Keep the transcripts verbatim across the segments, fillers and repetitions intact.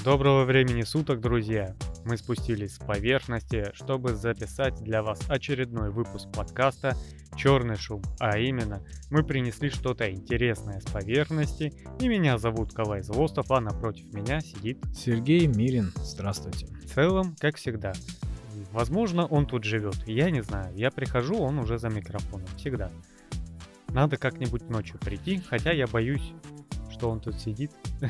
Доброго времени суток, друзья! Мы спустились с поверхности, чтобы записать для вас очередной выпуск подкаста «Черный шум», а именно, мы принесли что-то интересное с поверхности, и меня зовут Калай Злостов, а напротив меня сидит Сергей Мирин. Здравствуйте. В целом, как всегда. Возможно, он тут живет, я не знаю. Я прихожу, он уже за микрофоном, всегда. Надо как-нибудь ночью прийти, хотя я боюсь, что он тут сидит.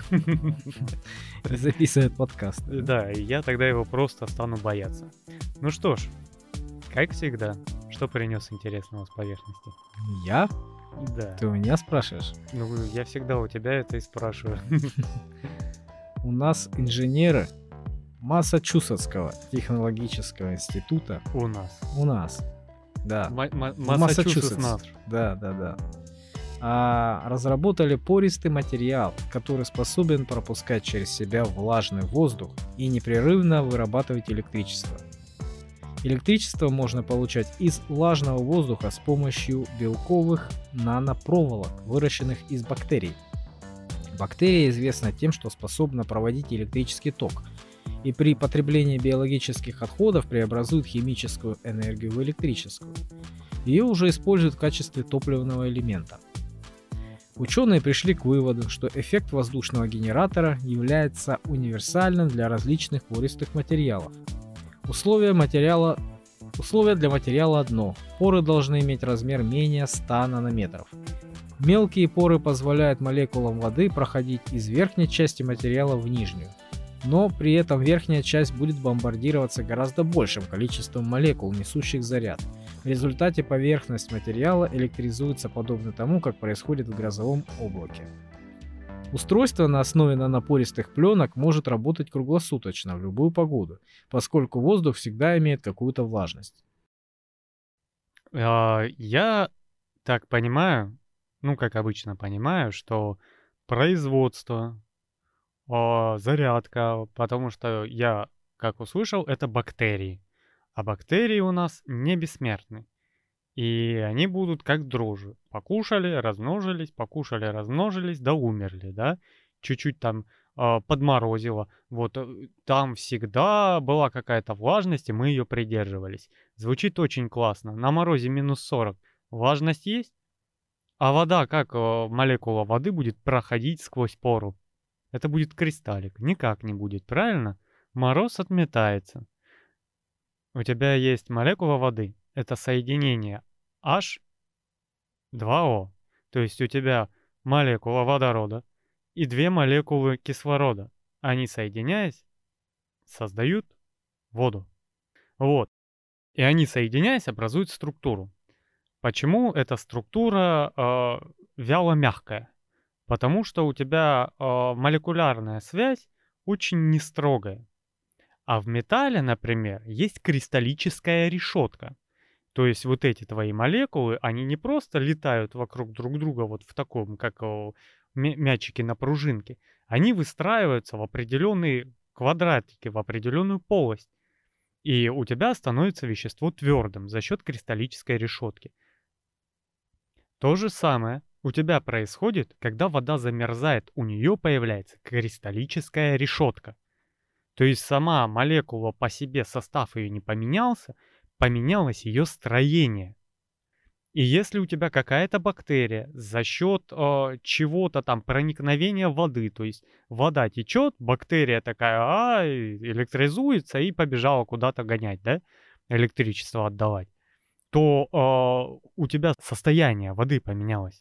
И записывает подкаст. Да, и я тогда его просто стану бояться. Ну что ж, как всегда, что принес интересного с поверхности? Я? Да. Ты у меня спрашиваешь? Ну, я всегда у тебя это и спрашиваю. У нас инженеры Массачусетского технологического института. У нас. У нас. Да. Ма- ма- В Массачусетс наш. Да, да, да. А, разработали пористый материал, который способен пропускать через себя влажный воздух и непрерывно вырабатывать электричество. Электричество можно получать из влажного воздуха с помощью белковых нанопроволок, выращенных из бактерий. Бактерия известна тем, что способна проводить электрический ток, и при потреблении биологических отходов преобразует химическую энергию в электрическую. Ее уже используют в качестве топливного элемента. Ученые пришли к выводу, что эффект воздушного генератора является универсальным для различных пористых материалов. Условия, материала... Условие для материала одно – поры должны иметь размер менее ста нанометров. Мелкие поры позволяют молекулам воды проходить из верхней части материала в нижнюю, но при этом верхняя часть будет бомбардироваться гораздо большим количеством молекул, несущих заряд. В результате поверхность материала электризуется подобно тому, как происходит в грозовом облаке. Устройство на основе нанопористых пленок может работать круглосуточно в любую погоду, поскольку воздух всегда имеет какую-то влажность. А, Я так понимаю, ну, как обычно понимаю, что производство, а, зарядка, потому что я, как услышал, это бактерии. А бактерии у нас не бессмертны. И они будут как дрожжи. Покушали, размножились, покушали, размножились, да умерли, да? Чуть-чуть там а, подморозило. Вот э, там всегда была какая-то влажность, и мы ее придерживались. Звучит очень классно. На морозе минус сорок. Влажность есть? А вода, как э, молекула воды будет проходить сквозь пору? Это будет кристаллик. Никак не будет, правильно? Мороз отметается. У тебя есть молекула воды. Это соединение H два O. То есть у тебя молекула водорода и две молекулы кислорода. Они, соединяясь, создают воду. Вот. И они, соединяясь, образуют структуру. Почему эта структура э, вяло-мягкая? Потому что у тебя э, молекулярная связь очень нестрогая. А в металле, например, есть кристаллическая решетка. То есть вот эти твои молекулы, они не просто летают вокруг друг друга вот в таком, как о, мя- мячики на пружинке. Они выстраиваются в определенные квадратики, в определенную полость. И у тебя становится вещество твердым за счет кристаллической решетки. То же самое у тебя происходит, когда вода замерзает, у нее появляется кристаллическая решетка. То есть сама молекула по себе, состав ее не поменялся, поменялось ее строение. И если у тебя какая-то бактерия за счет э, чего-то там проникновения воды, то есть вода течет, бактерия такая, а, электризуется и побежала куда-то гонять, да, электричество отдавать, то э, у тебя состояние воды поменялось.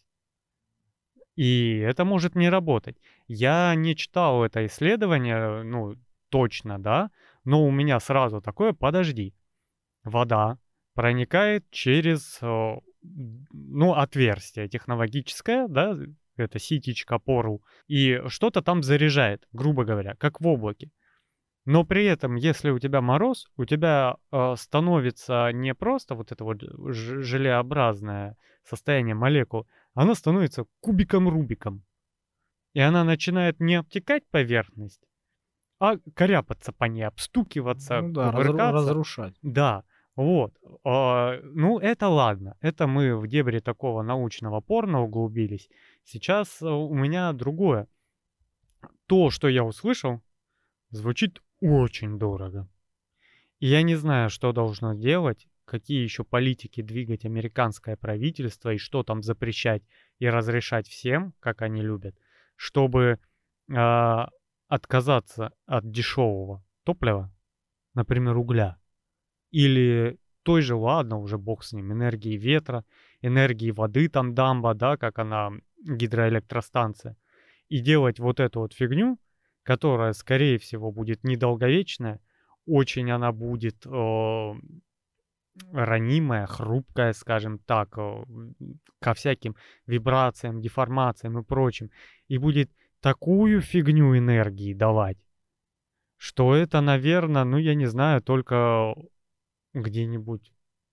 И это может не работать. Я не читал это исследование, ну, точно, да, но у меня сразу такое, подожди, вода проникает через, э, ну, отверстие технологическое, да, это ситечко, пору, и что-то там заряжает, грубо говоря, как в облаке. Но при этом, если у тебя мороз, у тебя э, становится не просто вот это вот ж- желеобразное состояние молекул, оно становится кубиком-рубиком. И она начинает не обтекать поверхность, а коряпаться по ней, обстукиваться, Ну да, разру- кувыркаться. разрушать. Да, вот. А, ну, это ладно. Это мы в дебри такого научного порно углубились. Сейчас э, у меня другое. То, что я услышал, Звучит очень дорого. И я не знаю, что должно делать, какие еще политики двигать американское правительство и что там запрещать и разрешать всем, как они любят, чтобы а, отказаться от дешевого топлива, например, угля, или той же, ладно, уже бог с ним, энергии ветра, энергии воды, там дамба, да, как она, гидроэлектростанция, и делать вот эту вот фигню, которая, скорее всего, будет недолговечная, очень она будет э, ранимая, хрупкая, скажем так, э, м, ко всяким вибрациям, деформациям и прочим, и будет такую фигню энергии давать, что это, наверное, ну, я не знаю, только где-нибудь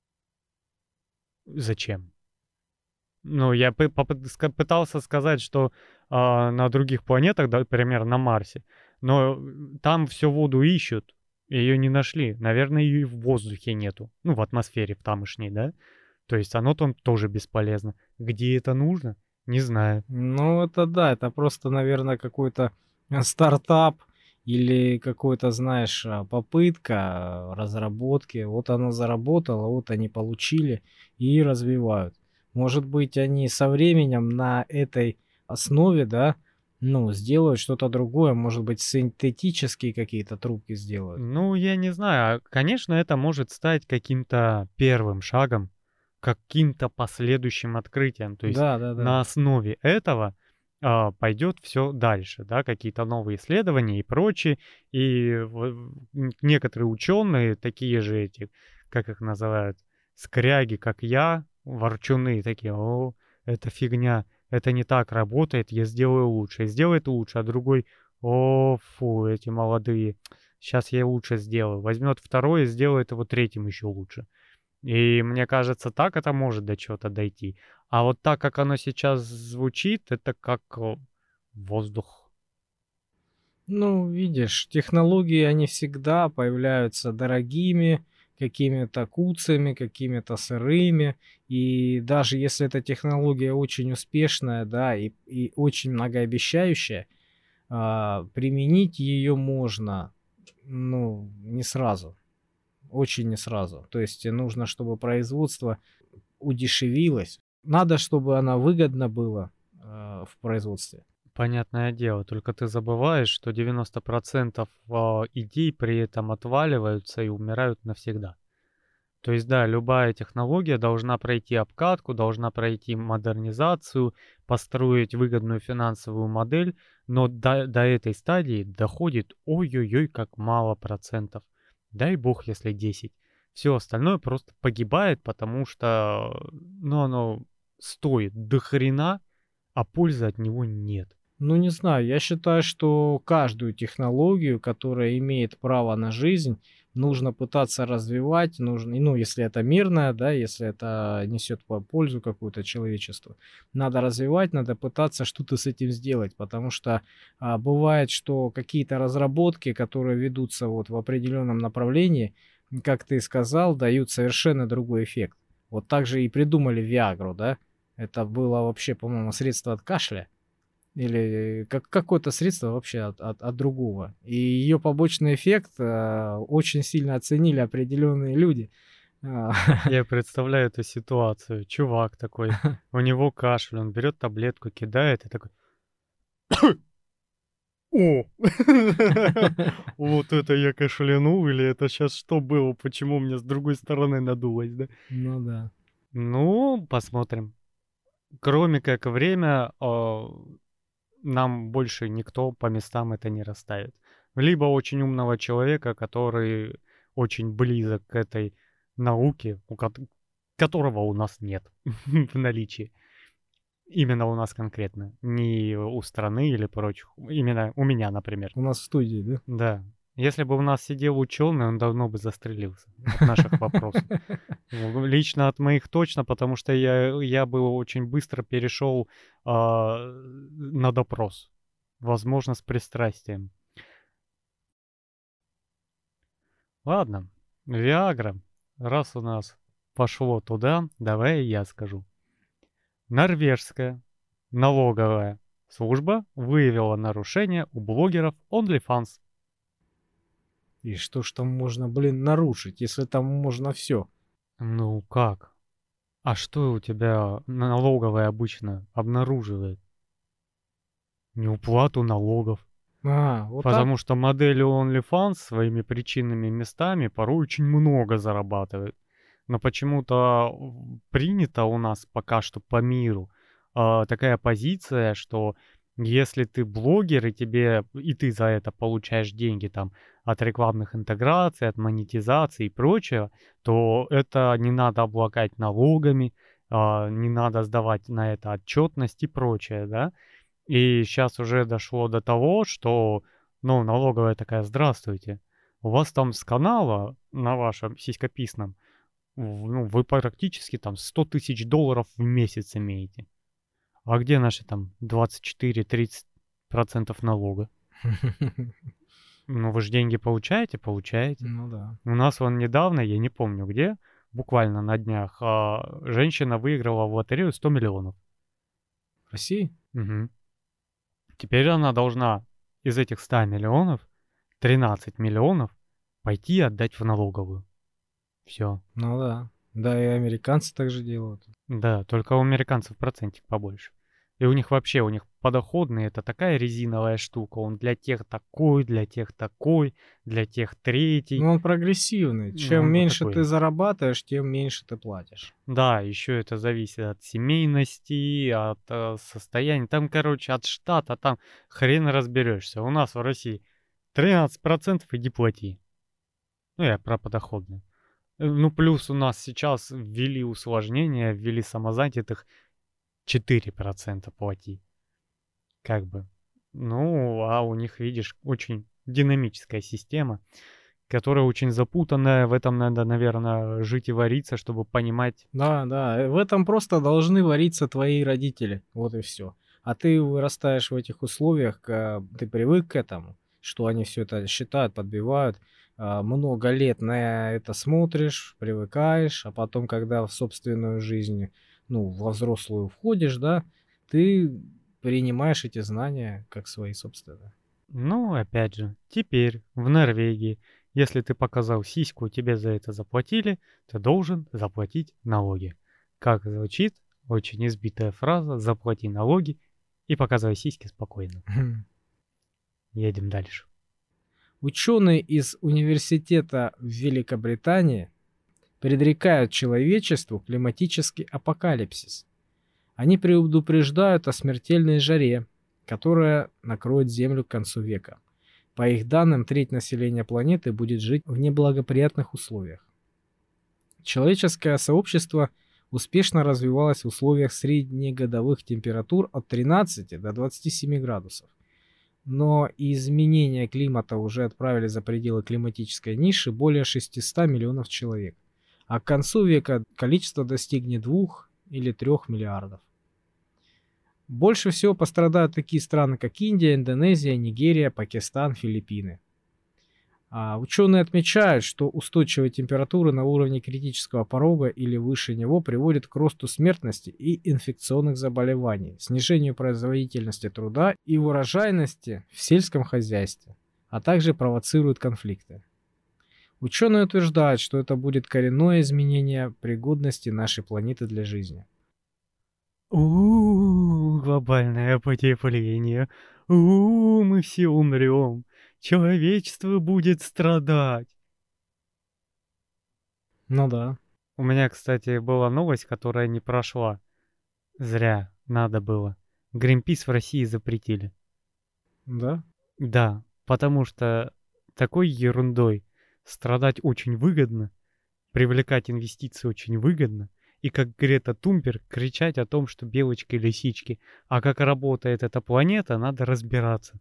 зачем. Ну, я пы попыт ска пытался сказать, что, а, на других планетах, да, например, на Марсе, но, м, там всю воду ищут, ее не нашли. Наверное, ее и в воздухе нету, ну, в атмосфере в тамошней, да. То есть оно там тоже бесполезно. Где это нужно? Не знаю. Ну, это да, это просто, наверное, какой-то э, стартап или какой-то, знаешь, а, попытка а, разработки. Вот она заработала, вот они получили и развивают. Может быть, они со временем на этой основе, да, ну, сделают что-то другое, может быть, синтетические какие-то трубки сделают. Ну, я не знаю. а, Конечно, это может стать каким-то первым шагом, каким-то последующим открытием. То есть Да-да-да. на основе этого а, пойдет все дальше, да, какие-то новые исследования и прочее. И в- м, некоторые ученые, такие же эти, как их называют, скряги, как я, ворчуны, такие, о, это фигня, это не так работает, я сделаю лучше. И сделает лучше, а другой, о, фу, эти молодые. Сейчас я лучше сделаю. Возьмет второе и сделает его третьим еще лучше. И мне кажется, так это может до чего-то дойти. А вот так, как оно сейчас звучит, это как э, воздух. Ну, видишь, технологии, они всегда появляются дорогими, какими-то куцами, какими-то сырыми. И даже если эта технология очень успешная, да, и, и очень многообещающая, а, применить ее можно, ну, не сразу, очень не сразу. То есть нужно, чтобы производство удешевилось. Надо, чтобы она выгодна была а, в производстве. Понятное дело, только ты забываешь, что девяносто процентов а, идей при этом отваливаются и умирают навсегда. То есть, да, любая технология должна пройти обкатку, должна пройти модернизацию, построить выгодную финансовую модель, но до, до этой стадии доходит ой-ой-ой как мало процентов. Дай бог, если десять. Все остальное просто погибает, потому что, ну, оно стоит до хрена, а пользы от него нет. Ну, не знаю, я считаю, что каждую технологию, которая имеет право на жизнь, нужно пытаться развивать, нужно, и, ну, если это мирная, да, если это несет по- пользу какую-то человечеству, надо развивать, надо пытаться что-то с этим сделать, потому что а, бывает, что какие-то разработки, которые ведутся вот в определенном направлении, как ты сказал, дают совершенно другой эффект. Вот так же и придумали Виагру, да, это было вообще, по-моему, средство от кашля, или как какое-то средство вообще от от от другого. И ее побочный эффект, а, очень сильно оценили определенные люди. А, Я представляю эту ситуацию. Чувак такой, у него кашель, он берет таблетку, кидает и такой: "О, вот это я кашлянул или это сейчас что было? Почему мне с другой стороны надулось, да?" Ну да. Ну, посмотрим. Кроме как время, а, нам больше никто по местам это не расставит. Либо очень умного человека, который очень близок к этой науке, у кот которого у нас нет в наличии. Именно у нас конкретно, не у страны или прочих. Именно у меня, например. У нас в студии, да? Да. Если бы у нас сидел ученый, он давно бы застрелился от наших вопросов. В Лично от моих точно, потому что я я бы очень быстро перешел, а, на допрос. Возможно, с пристрастием. Ладно, "Виагра". Раз у нас пошло туда, давай и я скажу. Норвежская налоговая служба выявила нарушение у блогеров OnlyFans. И что ж там можно, блин, нарушить, если там можно все? Ну как? А что у тебя налоговая обычно обнаруживает? Неуплату налогов. А, вот так? Потому что модели OnlyFans своими причинными местами порой очень много зарабатывают. Но почему-то в- принято у нас пока что по миру а, такая позиция, что если ты блогер и тебе и ты за это получаешь деньги там от рекламных интеграций, от монетизации и прочего, то это не надо облагать налогами, а, не надо сдавать на это отчетность и прочее, да. И сейчас уже дошло до того, что, ну, налоговая такая: "Здравствуйте, у вас там с канала на вашем сиськописном, в ну, вы практически там сто тысяч долларов в месяц имеете. А где наши там двадцать четыре тридцать процентов налога? Ну, вы ж деньги получаете? Получаете". Ну да. У нас вон недавно, я не помню где, буквально на днях, а, женщина выиграла в лотерею сто миллионов. В России? Мгм. Теперь она должна из этих ста миллионов тринадцать миллионов пойти отдать в налоговую. Все. Ну да. Да, и американцы так же делают. Да, только у американцев процентик побольше. И у них вообще, у них подоходный — это такая резиновая штука. Он для тех такой, для тех такой, для тех третий. Ну, он прогрессивный. Ну, Чем он вот меньше ты такой. зарабатываешь, тем меньше ты платишь. Да, еще это зависит от семейности, от э, состояния. Там, короче, от штата, там хрен разберешься. У нас в России тринадцать процентов иди плати. Ну, я про подоходные. Э, Ну, плюс у нас сейчас ввели усложнения, ввели самозанятых четыре процента плати. Как бы. Ну, а у них, видишь, очень динамическая система, которая очень запутанная. В этом надо, наверное, жить и вариться, чтобы понимать. Да, да, э, в этом просто должны вариться твои родители. Вот и все. А ты вырастаешь в этих условиях, ка- ты привык к этому, что они все это считают, подбивают. а, Много лет на это смотришь, привыкаешь, а потом, когда в собственную жизнь, ну, во взрослую входишь, да, ты принимаешь эти знания как свои собственные. Ну, опять же, теперь в Норвегии, если ты показал сиську, тебе за это заплатили, ты должен заплатить налоги. Как звучит? Очень избитая фраза: заплати налоги и показывай сиськи спокойно. Едем дальше. Ученые из университета в Великобритании предрекают человечеству климатический апокалипсис. Они предупреждают о смертельной жаре, которая накроет Землю к концу века. По их данным, треть населения планеты будет жить в неблагоприятных условиях. Человеческое сообщество успешно развивалось в условиях среднегодовых температур от тринадцати до двадцати семи градусов. Но изменения климата уже отправили за пределы климатической ниши более шестисот миллионов человек. А к концу века количество достигнет двух или трех миллиардов. Больше всего пострадают такие страны, как Индия, Индонезия, Нигерия, Пакистан, Филиппины. А ученые отмечают, что устойчивые температуры на уровне критического порога или выше него приводят к росту смертности и инфекционных заболеваний, снижению производительности труда и урожайности в сельском хозяйстве, а также провоцируют конфликты. Ученые утверждают, что это будет коренное изменение пригодности нашей планеты для жизни. У, глобальное потепление. У, мы все умрем. Человечество будет страдать. Ну да, У меня, кстати, была новость, которая не прошла. Зря, надо было. Гринпис в России запретили. да. Да, потому что такой ерундой страдать очень выгодно, привлекать инвестиции очень выгодно, и как Грета Тумберг кричать о том, что белочки-лисички, а как работает эта планета, надо разбираться.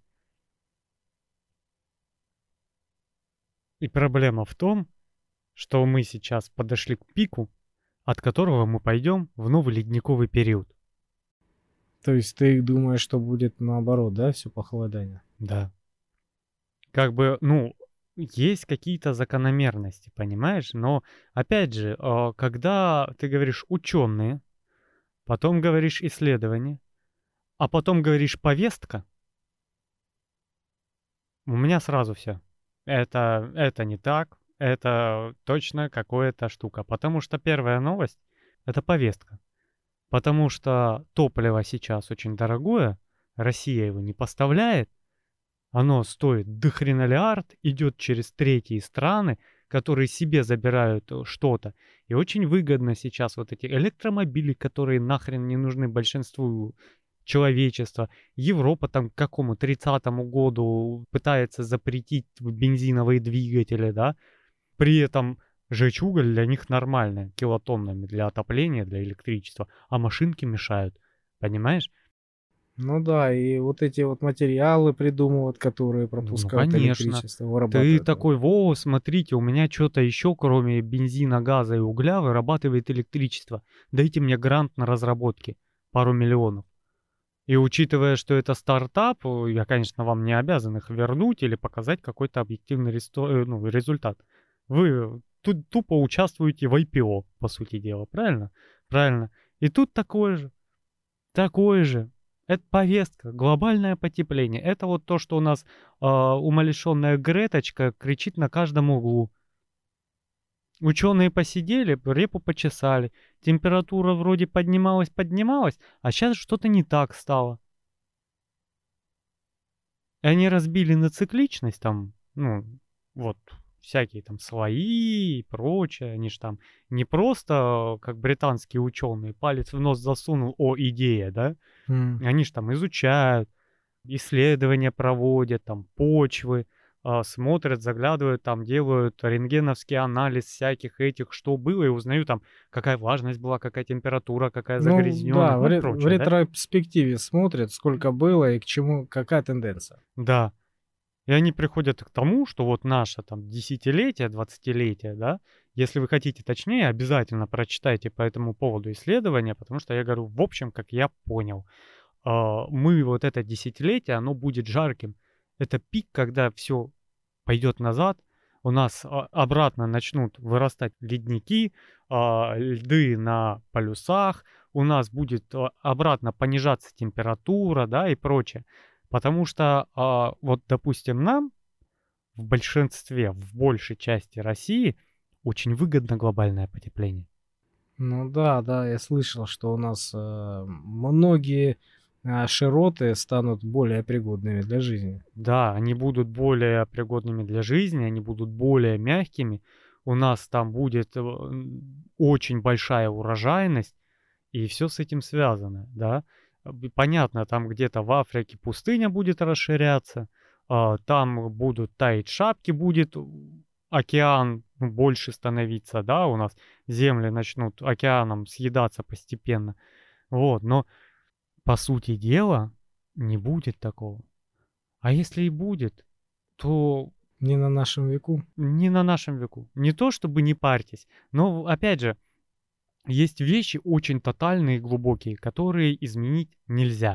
И проблема в том, что мы сейчас подошли к пику, от которого мы пойдем в новый ледниковый период. То есть ты думаешь, что будет наоборот, да, все похолодание? Да. Как бы, ну, есть какие-то закономерности, понимаешь? Но, опять же, а, когда ты говоришь ученые, потом говоришь исследования, а потом говоришь повестка, у меня сразу все. Это, это не так, это точно какая-то штука. Потому что первая новость — это повестка. Потому что топливо сейчас очень дорогое, Россия его не поставляет, оно стоит дохренолиард, идет через третьи страны, которые себе забирают э, что-то. И очень выгодно сейчас вот эти электромобили, которые нахрен не нужны большинству человечества. Европа там к какому тридцатому году пытается запретить бензиновые двигатели, да. При этом жечь уголь для них нормально, килотоннами для отопления, для электричества, а машинки мешают, понимаешь? Ну да, и вот эти вот материалы придумывают, которые Ну, ну, пропускают конечно. электричество, Ты вырабатывают его. такой: "Во, смотрите, у меня что-то еще, кроме бензина, газа и угля, вырабатывает электричество. Дайте мне грант на разработки, пару миллионов". И учитывая, что это стартап, э, я, конечно, вам не обязан их вернуть или показать какой-то объективный ресто э, ну, результат. Вы тут тупо участвуете в ай пи о, по сути дела, правильно? Правильно. И тут такое же. Такое же. Это повестка, глобальное потепление. Это вот то, что у нас а, умалишенная Греточка кричит на каждом углу. Ученые посидели, репу почесали. Температура вроде поднималась, поднималась, а сейчас что-то не так стало. И они разбили на цикличность там, ну, вот, всякие там слои и прочее. Они ж там не просто, как британские ученые, палец в нос засунул, о, идея, да? М. Они ж там изучают, исследования проводят, там почвы, а, смотрят, заглядывают, там делают рентгеновский анализ всяких этих, что было, и узнают там, какая влажность была, какая температура, какая Ну да, загрязненность, в, ну и ре- в прочее, да? ретроспективе смотрят, сколько было и к чему, какая тенденция. Да. И они приходят к тому, что вот наше там десятилетие, двадцатилетие, да, если вы хотите точнее, обязательно прочитайте по этому поводу исследования, потому что я говорю, в общем, как я понял, а, мы вот это десятилетие, оно будет жарким. Это пик, когда все пойдет назад, у нас а, обратно начнут вырастать ледники, а, льды на полюсах, у нас будет а, обратно понижаться температура, да, и прочее. Потому что а, вот, допустим, нам в большинстве, в большей части России очень выгодно глобальное потепление. Ну да, да, я слышал, что у нас э, многие а, широты станут более пригодными для жизни. Да, они будут более пригодными для жизни, они будут более мягкими. У нас там будет э, м, очень большая урожайность, и все с этим связано, да. А, б понятно, там где-то в Африке пустыня будет расширяться, а, там будут таять шапки, будет у океан, ну, больше становиться, да, у нас земли начнут океаном съедаться постепенно. Вот, но по сути дела не будет такого. А если и будет, то Не на нашем веку. не на нашем веку. Не то чтобы не парьтесь, но опять же, есть вещи очень тотальные и глубокие, которые изменить нельзя.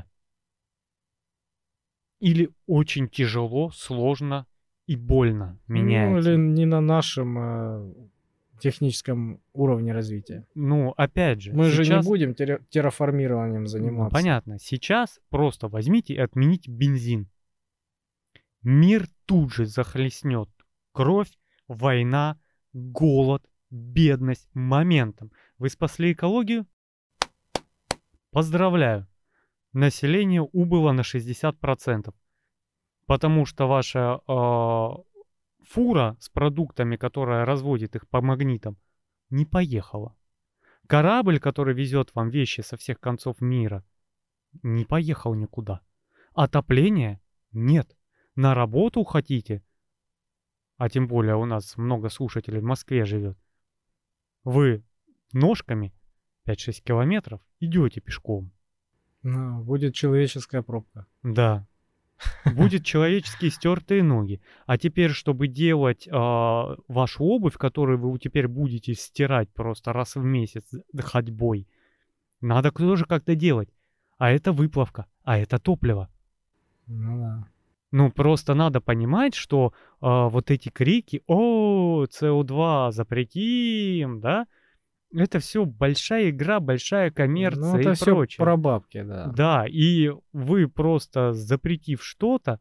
Или очень тяжело, сложно и больно Ну или меняется. не на нашем э, техническом уровне развития. Ну, опять же, Мы же не сейчас, будем терра- терраформированием ну, заниматься. понятно, сейчас просто возьмите и отмените бензин. Мир тут же захлестнет кровь, война, голод, бедность моментом. Вы спасли экологию? Поздравляю. Население убыло на шестьдесят процентов. Потому что ваша а, фура с продуктами, которая разводит их по магнитам, не поехала. Корабль, который везет вам вещи со всех концов мира, не поехал никуда. Отопления нет. На работу хотите, а тем более у нас много слушателей в Москве живет, вы ножками пять-шесть километров идете пешком. Ну, будет человеческая пробка. Да. Будет человеческие стертые ноги. А теперь, чтобы делать а, вашу обувь, которую вы теперь будете стирать просто раз в месяц ходьбой, надо тоже как-то делать. А это выплавка, а это топливо. Ну да. Ну, просто надо понимать, что а, вот эти крики: "О, си о два запретим", да, это все большая игра, большая Ну коммерция и это все прочее. про бабки, да. Да, и вы просто запретив что-то,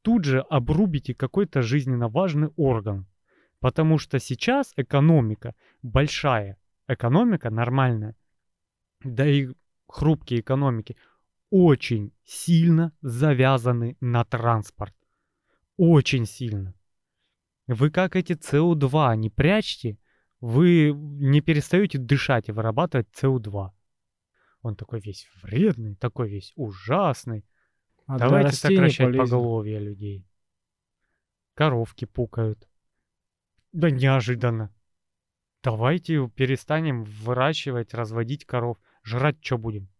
тут же обрубите какой-то жизненно важный орган. Потому что сейчас экономика большая, экономика нормальная, да и хрупкие экономики очень сильно завязаны на транспорт. Очень сильно. Вы как эти С О два не прячьте, вы не перестаете дышать и вырабатывать С О два. Он такой весь вредный, такой весь ужасный. А для Давайте растений сокращать полезен. поголовье людей. Коровки пукают. Да неожиданно. Давайте перестанем выращивать, разводить коров. Жрать что будем?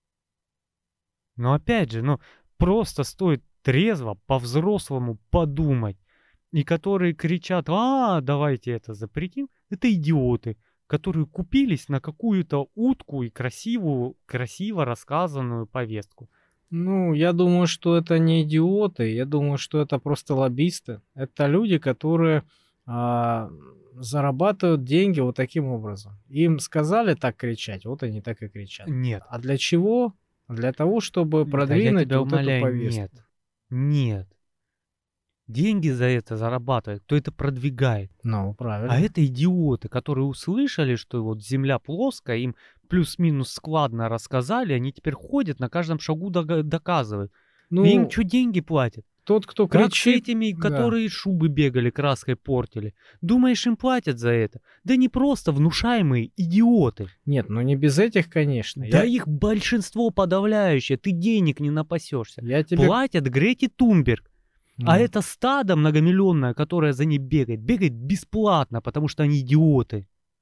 Но опять же, ну просто стоит трезво, по-взрослому подумать. И которые кричат, а, давайте это запретим, это идиоты, которые купились на какую-то утку и красивую, красиво рассказанную повестку. Ну, я думаю, что это не идиоты, я думаю, что это просто лоббисты. Это люди, которые а, зарабатывают деньги вот таким образом. Им сказали так кричать, вот они так и кричат. Нет. А для чего? Для того, чтобы Да я продвинуть тебя вот умоляю, эту повестку. нет. Нет. Деньги за это зарабатывает, кто это продвигает. Ну, правильно. А это идиоты, которые услышали, что вот земля плоская, им плюс-минус складно рассказали, они теперь ходят, на каждом шагу дога- доказывают. Ну, И им что деньги платят? тот, кто Как с кричит, этими, да. которые шубы бегали, краской портили? Думаешь, им платят за это? Да не просто внушаемые идиоты. Нет, ну не без этих, конечно. Да Я, их большинство подавляющее, ты денег не напасешься. я тебе... Платят Грете Тунберг. Ну, А это стадо многомиллионное, которое за ней бегает, бегает бесплатно, потому что они идиоты.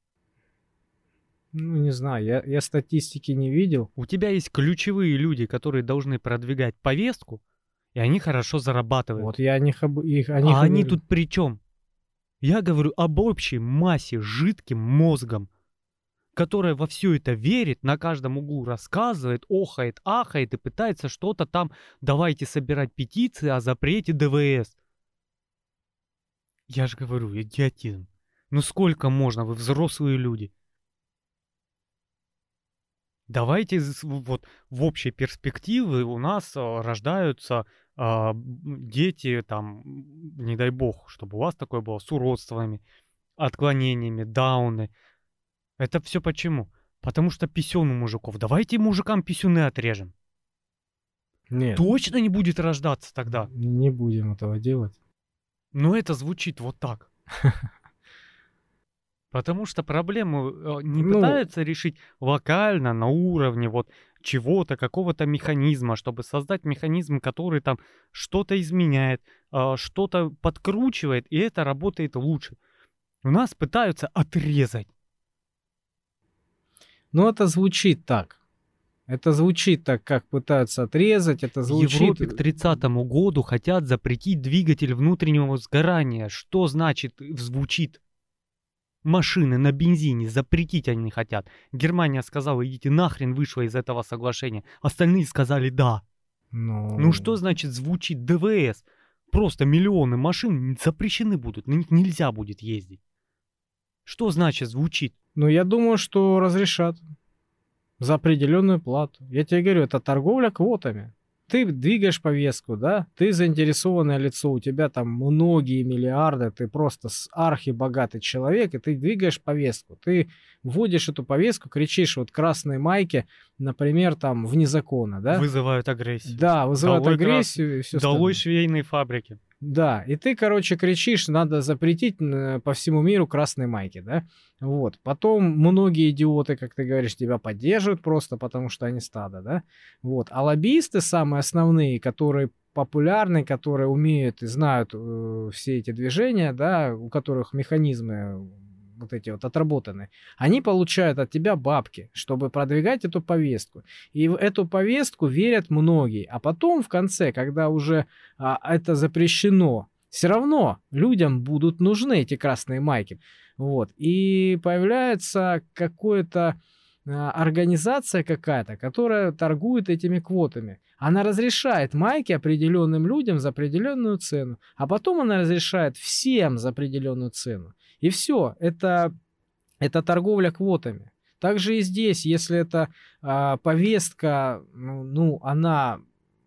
ну, не знаю, я, я статистики не видел. У тебя есть ключевые люди, которые должны продвигать повестку, и они хорошо зарабатывают. Вот я о них, об- их, о них А и они говорю. тут при чем? Я говорю об общей массе жидким мозгом, которая во все это верит, на каждом углу рассказывает, охает, ахает и пытается что-то там, давайте собирать петиции о запрете Д В С. Я же говорю, идиотизм. Ну сколько можно, вы взрослые люди. Давайте з- вот в общей перспективе у нас а, рождаются а, м, дети, там, м, не дай бог, чтобы у вас такое было, с уродствами, отклонениями, дауны. Это все почему? Потому что писюн у мужиков. Давайте мужикам писюны отрежем. Нет, Точно не будет рождаться тогда. не будем этого делать. Но это звучит вот так. Потому что проблему э, не Ну, пытаются решить локально, на уровне вот чего-то, какого-то механизма, чтобы создать механизм, который там что-то изменяет, а, что-то подкручивает, и это работает лучше. У нас пытаются отрезать. ну это звучит так. Это звучит так, как пытаются отрезать, это В звучит... Европе к тридцатому году хотят запретить двигатель внутреннего сгорания. Что значит э, звучит? Машины на бензине запретить они хотят. Германия сказала, идите нахрен, вышла из этого соглашения. Остальные сказали да. Ну, Ну что значит звучит Д В С? Просто миллионы машин запрещены будут, на них нельзя будет ездить. Что значит звучит? ну, я думаю, что разрешат за определенную плату. Я тебе говорю, это торговля квотами. Ты двигаешь повестку, да? Ты заинтересованное лицо, у тебя там многие миллиарды, ты просто с- архибогатый человек, и ты двигаешь повестку. Ты вводишь эту повестку, кричишь вот красной майке, например, там вне закона, да? Вызывают агрессию. Да, вызывают Долой агрессию и все Долой остальное. швейные фабрики. Да, и ты, короче, кричишь, надо запретить м, по всему миру красные майки, да? Вот. Потом многие идиоты, как ты говоришь, тебя поддерживают просто потому, что они стадо, да? Вот. А лоббисты самые основные, которые популярны, которые умеют и знают э, все эти движения, да, у которых механизмы вот эти вот отработаны, они получают от тебя бабки, чтобы продвигать эту повестку. И в эту повестку верят многие. А потом в конце, когда уже а, это запрещено, все равно людям будут нужны эти красные майки. Вот. И появляется какое-то а, организация какая-то, которая торгует этими квотами. Она разрешает майки определенным людям за определенную цену, а потом она разрешает всем за определенную цену. И все, это, это торговля квотами. Также и здесь, если эта а, повестка, ну, ну, она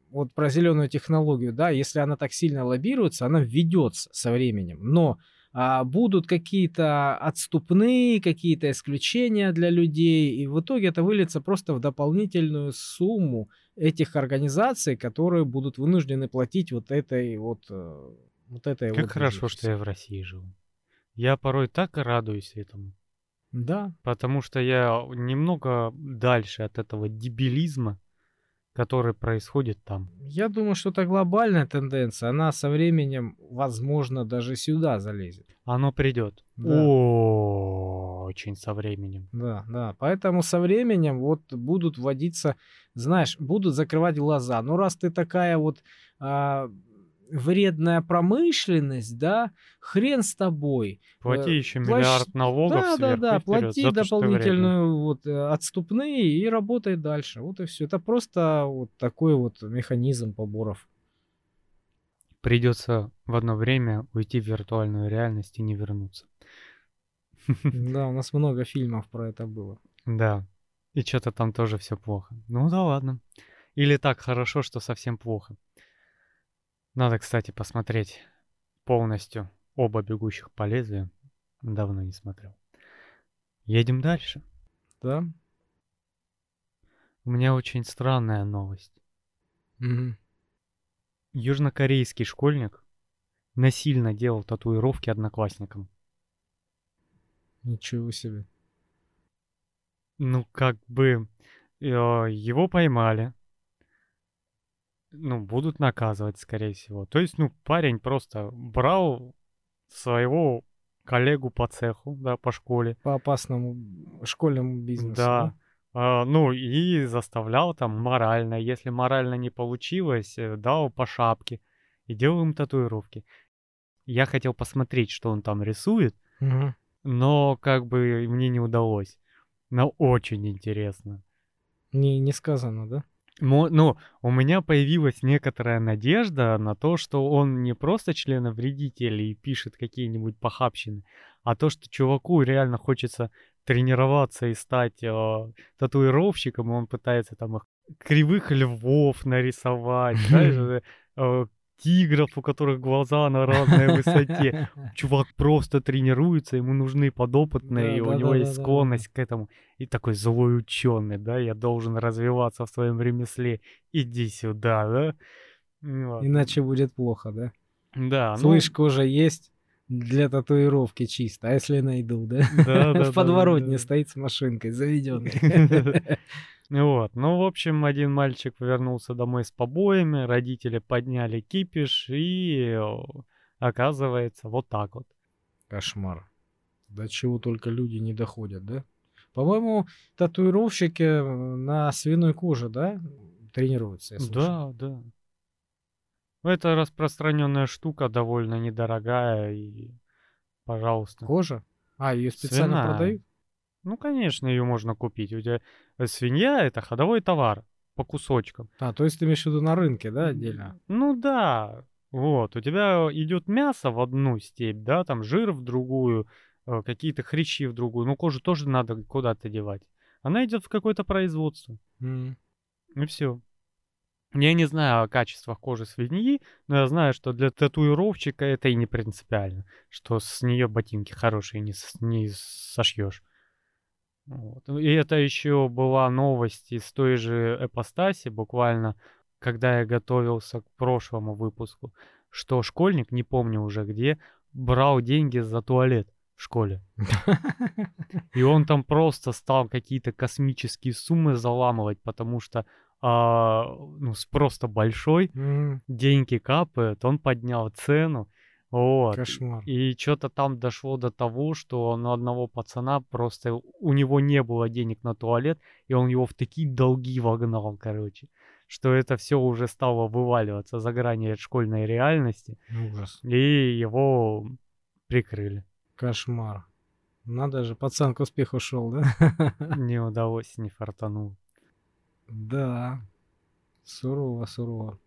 вот про зеленую технологию, да, если она так сильно лоббируется, она введется со временем. Но а, будут какие-то отступные, какие-то исключения для людей, и в итоге это выльется просто в дополнительную сумму этих организаций, которые будут вынуждены платить вот этой вот, э, вот этой Как вот хорошо, что движущейся. я в России живу. Я порой так радуюсь этому. Да, Потому что я немного дальше от этого дебилизма, который происходит там. я думаю, что это глобальная тенденция, она со временем, возможно, даже сюда залезет. Оно придет. Да. Очень со временем. Да, да. Поэтому со временем вот будут вводиться, знаешь, будут закрывать глаза. Ну, раз ты такая вот а, вредная промышленность, да, хрен с тобой. Плати Э, еще плащ- миллиард налогов Да, да, сверху и да, вперед плати за то, что ты вредный. дополнительную вот э, отступные и работай дальше. Вот и все. Это просто вот такой вот механизм поборов. Придется в одно время уйти в виртуальную реальность и не вернуться. Да, у нас много фильмов про это было. Да. И что-то там тоже все плохо. Ну да ладно. Или так хорошо, что совсем плохо. Надо, кстати, посмотреть полностью оба «Бегущих по лезвию». Давно не смотрел. Едем дальше. Да? У меня очень странная новость. Мгм. Южнокорейский школьник насильно делал татуировки одноклассникам. Ничего себе. Ну, как бы э, его поймали. Ну, будут наказывать, скорее всего. То есть, ну, парень просто брал своего коллегу по цеху, да, по школе. По опасному школьному бизнесу, да? Да. А, ну, и заставлял там морально. Если морально не получилось, э, дал по шапке и делал им татуировки. Я хотел посмотреть, что он там рисует, Мгм. но как бы мне не удалось. Но очень интересно. Не, не сказано, да? Мо- Ну, у меня появилась некоторая надежда на то, что он не просто членовредитель и пишет какие-нибудь похабщины, а то, что чуваку реально хочется тренироваться и стать э, татуировщиком, и он пытается там их кривых львов нарисовать, знаешь, э, э, тигров, у которых глаза на разной высоте. Чувак просто тренируется, ему нужны подопытные, Да, и у да, него да, да, есть да, да, да. склонность к этому. И такой злой ученый, да, я должен развиваться в своем ремесле. Иди сюда, да? Ну вот. Иначе будет плохо, да? Да, ну, Слышь, кожа есть для татуировки чисто, а если найду, да? да, да, В да, да, подворотне да. стоит с машинкой, заведенной. Вот, ну, в общем, один мальчик вернулся домой с побоями, родители подняли кипиш, и э, оказывается, вот так вот. Кошмар. До чего только люди не доходят, да? По-моему, татуировщики э, на свиной коже, да, тренируются, я слышал. Да, да. Это распространенная штука, довольно недорогая, и, пожалуйста. Кожа? А, ее специально Свиная. продают? Ну, конечно, ее можно купить. У тебя э, свинья — это ходовой товар по кусочкам. А, то есть ты имеешь в виду на рынке, да, отдельно? М, Ну да, вот. У тебя идет мясо в одну степь, да, там жир в другую, э, какие-то хрящи в другую. Ну, кожу тоже надо куда-то девать. Она идет в какое-то производство. М. И все. Я не знаю о качествах кожи свиньи, но я знаю, что для татуировщика это и не принципиально, что с нее ботинки хорошие не, с- не сошьешь. Вот. И это еще была новость из той же эпостаси, буквально, когда я готовился к прошлому выпуску, что школьник, не помню уже где, брал деньги за туалет в школе. И он там просто стал какие-то космические суммы заламывать, потому что а, ну, спрос-то большой, М. деньги капают, он поднял цену, вот. Кошмар. И что-то там дошло до того, что на одного пацана просто у него не было денег на туалет, и он его в такие долги вогнал, короче, что это все уже стало вываливаться за грани школьной реальности, Ужас. и его прикрыли. Кошмар. Надо же, пацан к успеху шел, да? Не удалось, не фартанул. Да. Сурово, сурово.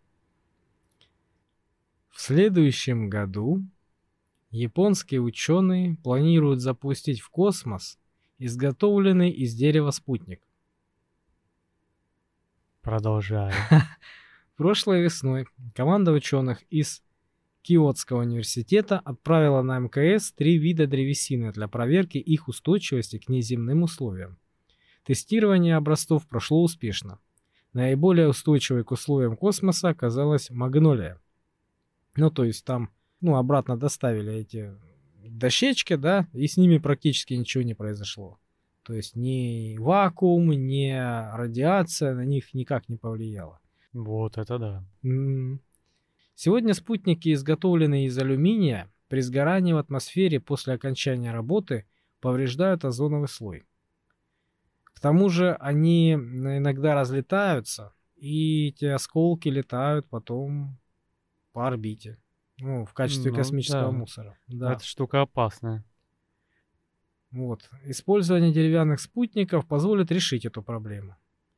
В следующем году японские ученые планируют запустить в космос изготовленный из дерева спутник. Продолжаю. Прошлой весной команда ученых из Киотского университета отправила на МКС три вида древесины для проверки их устойчивости к неземным условиям. Тестирование образцов прошло успешно. Наиболее устойчивой к условиям космоса оказалась магнолия. Ну, то есть там, ну, обратно доставили эти дощечки, да, и с ними практически ничего не произошло. То есть ни вакуум, ни радиация на них никак не повлияла. Вот это да. М. Сегодня спутники, изготовленные из алюминия, при сгорании в атмосфере после окончания работы повреждают озоновый слой. К тому же они иногда разлетаются, и эти осколки летают потом по орбите. Ну, в качестве Ну космического да, мусора. Да. эта штука опасная. Вот. Использование деревянных спутников позволит решить эту проблему.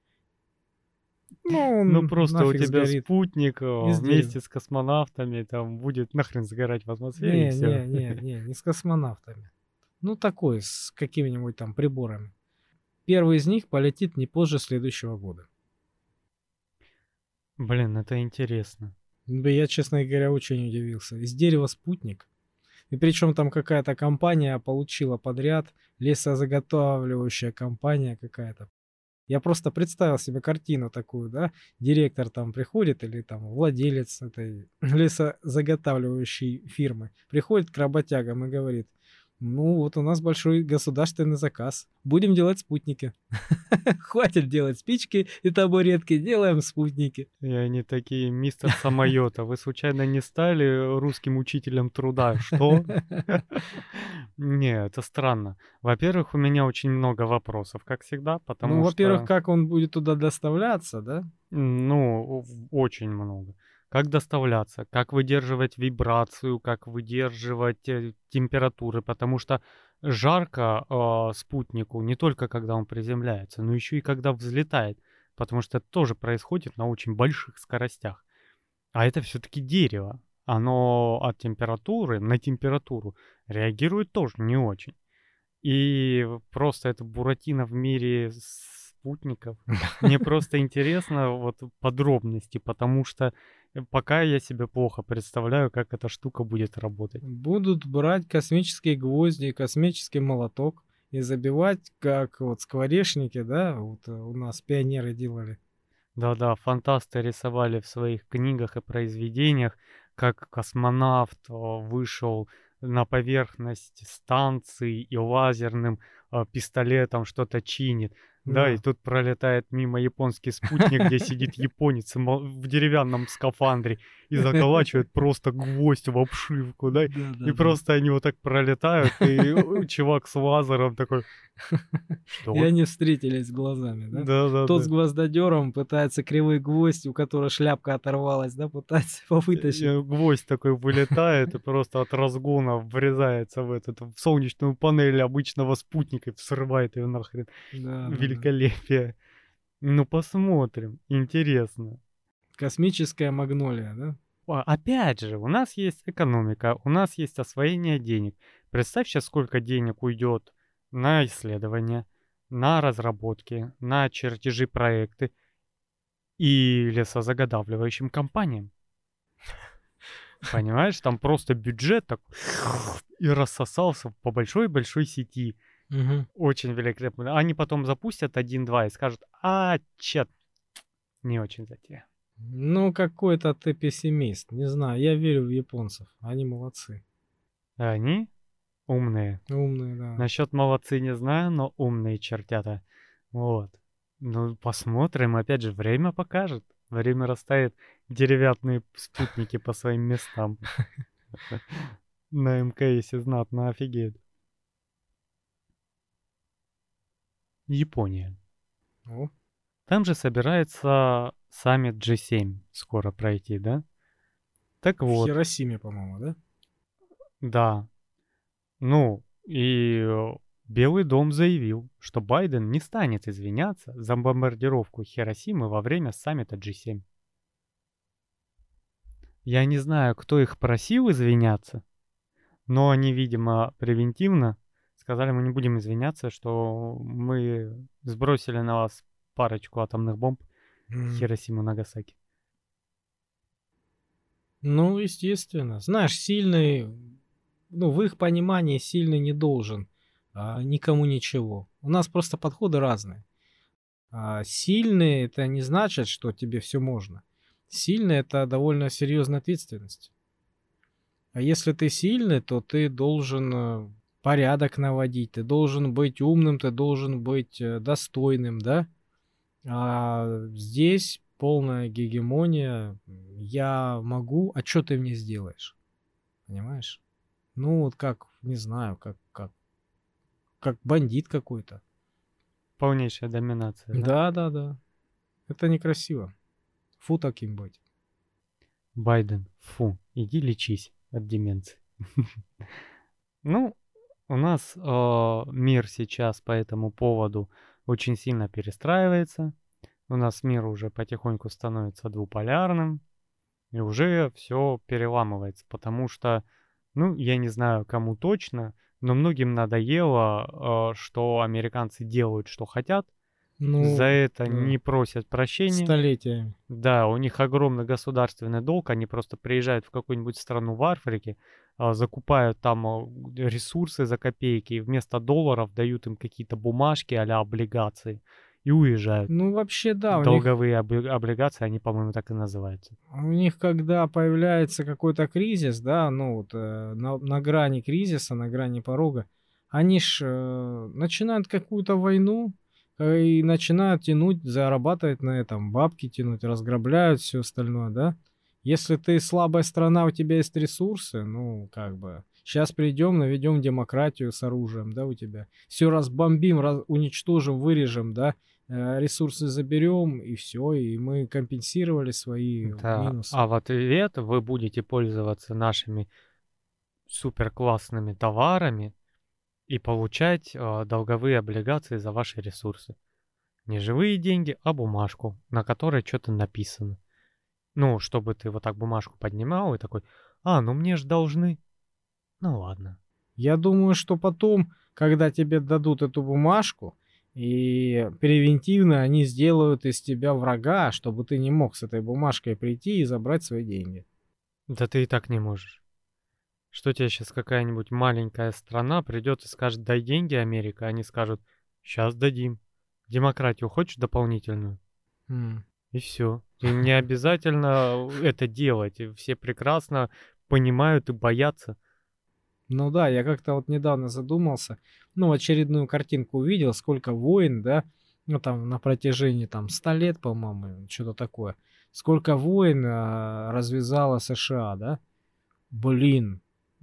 Ну, Ну он просто у нафиг тебя сгорит спутник э, из дерева. вместе с космонавтами там будет нахрен сгорать в атмосфере и Не, все. не, не, не, не с космонавтами. Ну, такой, с какими-нибудь там приборами. Первый из них полетит не позже следующего года. Блин, это интересно. Да я, честно говоря, очень удивился. Из дерева спутник. И причем там какая-то компания получила подряд, лесозаготавливающая компания какая-то. Я просто представил себе картину такую, да, директор там приходит или там владелец этой лесозаготавливающей фирмы приходит к работягам и говорит: ну вот у нас большой государственный заказ, будем делать спутники. Хватит делать спички и табуретки, делаем спутники. И они такие: мистер Самойота, вы случайно не стали русским учителем труда? Что? Не, это странно. Во-первых, у меня очень много вопросов, как всегда, Ну, потому во-первых, что, как он будет туда доставляться, да? м, ну, в- очень много. Как доставляться, как выдерживать вибрацию, как выдерживать э, температуры, потому что жарко э, спутнику не только когда он приземляется, но еще и когда взлетает, потому что это тоже происходит на очень больших скоростях. А это все-таки дерево. Оно от температуры на температуру реагирует тоже не очень. И просто это Буратино в мире спутников. Мне просто интересно вот подробности, потому что э, пока я себе плохо представляю, как эта штука будет работать. Будут брать космические гвозди, космический молоток и забивать, как вот скворечники, да, вот э, у нас пионеры делали. Да-да, фантасты рисовали в своих книгах и произведениях, как космонавт э, вышел на поверхность станции и лазерным э, пистолетом что-то чинит. Да, и Да. тут пролетает мимо японский спутник, где сидит японец мо- в деревянном скафандре и заколачивает просто гвоздь в обшивку, да, Да, и да, да. просто они вот так пролетают, и э, чувак с лазером такой, И что? они встретились глазами, да? Тот с Да-да-да. гвоздодером пытается кривой гвоздь, у которого шляпка оторвалась, да, пытается его И вытащить. и гвоздь такой вылетает и просто от разгона врезается в этот, в солнечную панель обычного спутника и срывает ее нахрен. Да, да, да. Великолепие. Ну, посмотрим. Интересно. Космическая магнолия, да? А, Опять же, у нас есть экономика, у нас есть освоение денег. Представь сейчас, сколько денег уйдет на исследования, на разработки, на чертежи проекты и лесозаготавливающим компаниям. Понимаешь, там просто бюджет так и рассосался по большой-большой сети. Мгм. Очень великолепно. Они потом запустят один-два и скажут: а, чет, не очень затея. Ну, какой-то ты пессимист. Не знаю, я верю в японцев. Они молодцы. Они умные. Умные, да. Насчет молодцы не знаю, но умные чертята. Вот. Ну, посмотрим. Опять же, время покажет. Время расставит деревянные спутники по своим местам. На МКСе знатно, офигеть. Япония. О, Там же собирается саммит джи семь скоро пройти, да? Так в вот, Хиросиме, по-моему, да? да. Ну, и э, Белый дом заявил, что Байден не станет извиняться за бомбардировку Хиросимы во время саммита джи семь. Я не знаю, кто их просил извиняться, но они, видимо, превентивно сказали: мы не будем извиняться, что мы сбросили на вас парочку атомных бомб М. Хиросиму и Нагасаки. Ну, естественно. Знаешь, сильный, ну, в их понимании сильный не должен а, никому ничего. У нас просто подходы разные. А, сильный это не значит, что тебе все можно. Сильный это довольно серьезная ответственность. А если ты сильный, то ты должен э, порядок наводить, ты должен быть умным, ты должен быть э, достойным, да? А здесь полная гегемония. Я могу, а что ты мне сделаешь? Понимаешь? Ну, вот как, не знаю, как, как, как бандит какой-то. Полнейшая доминация, да? Да, да, да. Это некрасиво. Фу таким быть. Байден, фу, иди лечись от деменции. Ну, у нас э, мир сейчас по этому поводу очень сильно перестраивается. У нас мир уже потихоньку становится двуполярным. И уже все переламывается, потому что, ну, я не знаю, кому точно, но многим надоело, э, что американцы делают, что хотят, за Ну, это да. не просят прощения. Столетиями. Да, у них огромный государственный долг, они просто приезжают в какую-нибудь страну в Африке, а, закупают там а, ресурсы за копейки, и вместо долларов дают им какие-то бумажки а-ля облигации и уезжают. Ну, вообще, да, у них Долговые обли- облигации, они, по-моему, так и называются. у них, когда появляется какой-то кризис, да, ну вот э, на, на грани кризиса, на грани порога, они ж э, начинают какую-то войну э, и начинают тянуть, зарабатывать на этом, бабки тянуть, разграбляют все остальное, да. Если ты слабая страна, у тебя есть ресурсы, ну, как бы, сейчас придем, наведем демократию с оружием, да, у тебя. Все разбомбим, раз, уничтожим, вырежем, да, э, ресурсы заберем, и все, и мы компенсировали свои Да, минусы. а в ответ вы будете пользоваться нашими супер классными товарами и получать а, долговые облигации за ваши ресурсы. Не живые деньги, а бумажку, на которой что-то написано. Ну, чтобы ты вот так бумажку поднимал и такой, а, ну мне ж должны. Ну ладно. Я думаю, что потом, когда тебе дадут эту бумажку, и превентивно они сделают из тебя врага, чтобы ты не мог с этой бумажкой прийти и забрать свои деньги. Да ты и так не можешь. Что тебе сейчас какая-нибудь маленькая страна придет и скажет, дай деньги, Америка, они скажут, сейчас дадим. Демократию хочешь дополнительную? М. И все. И не обязательно это делать. И все прекрасно понимают и боятся. Ну да, я как-то вот недавно задумался, ну, очередную картинку увидел, сколько войн, да, ну, там, на протяжении, там, ста лет, по-моему, что-то такое. Сколько войн а, развязала США, да? Блин,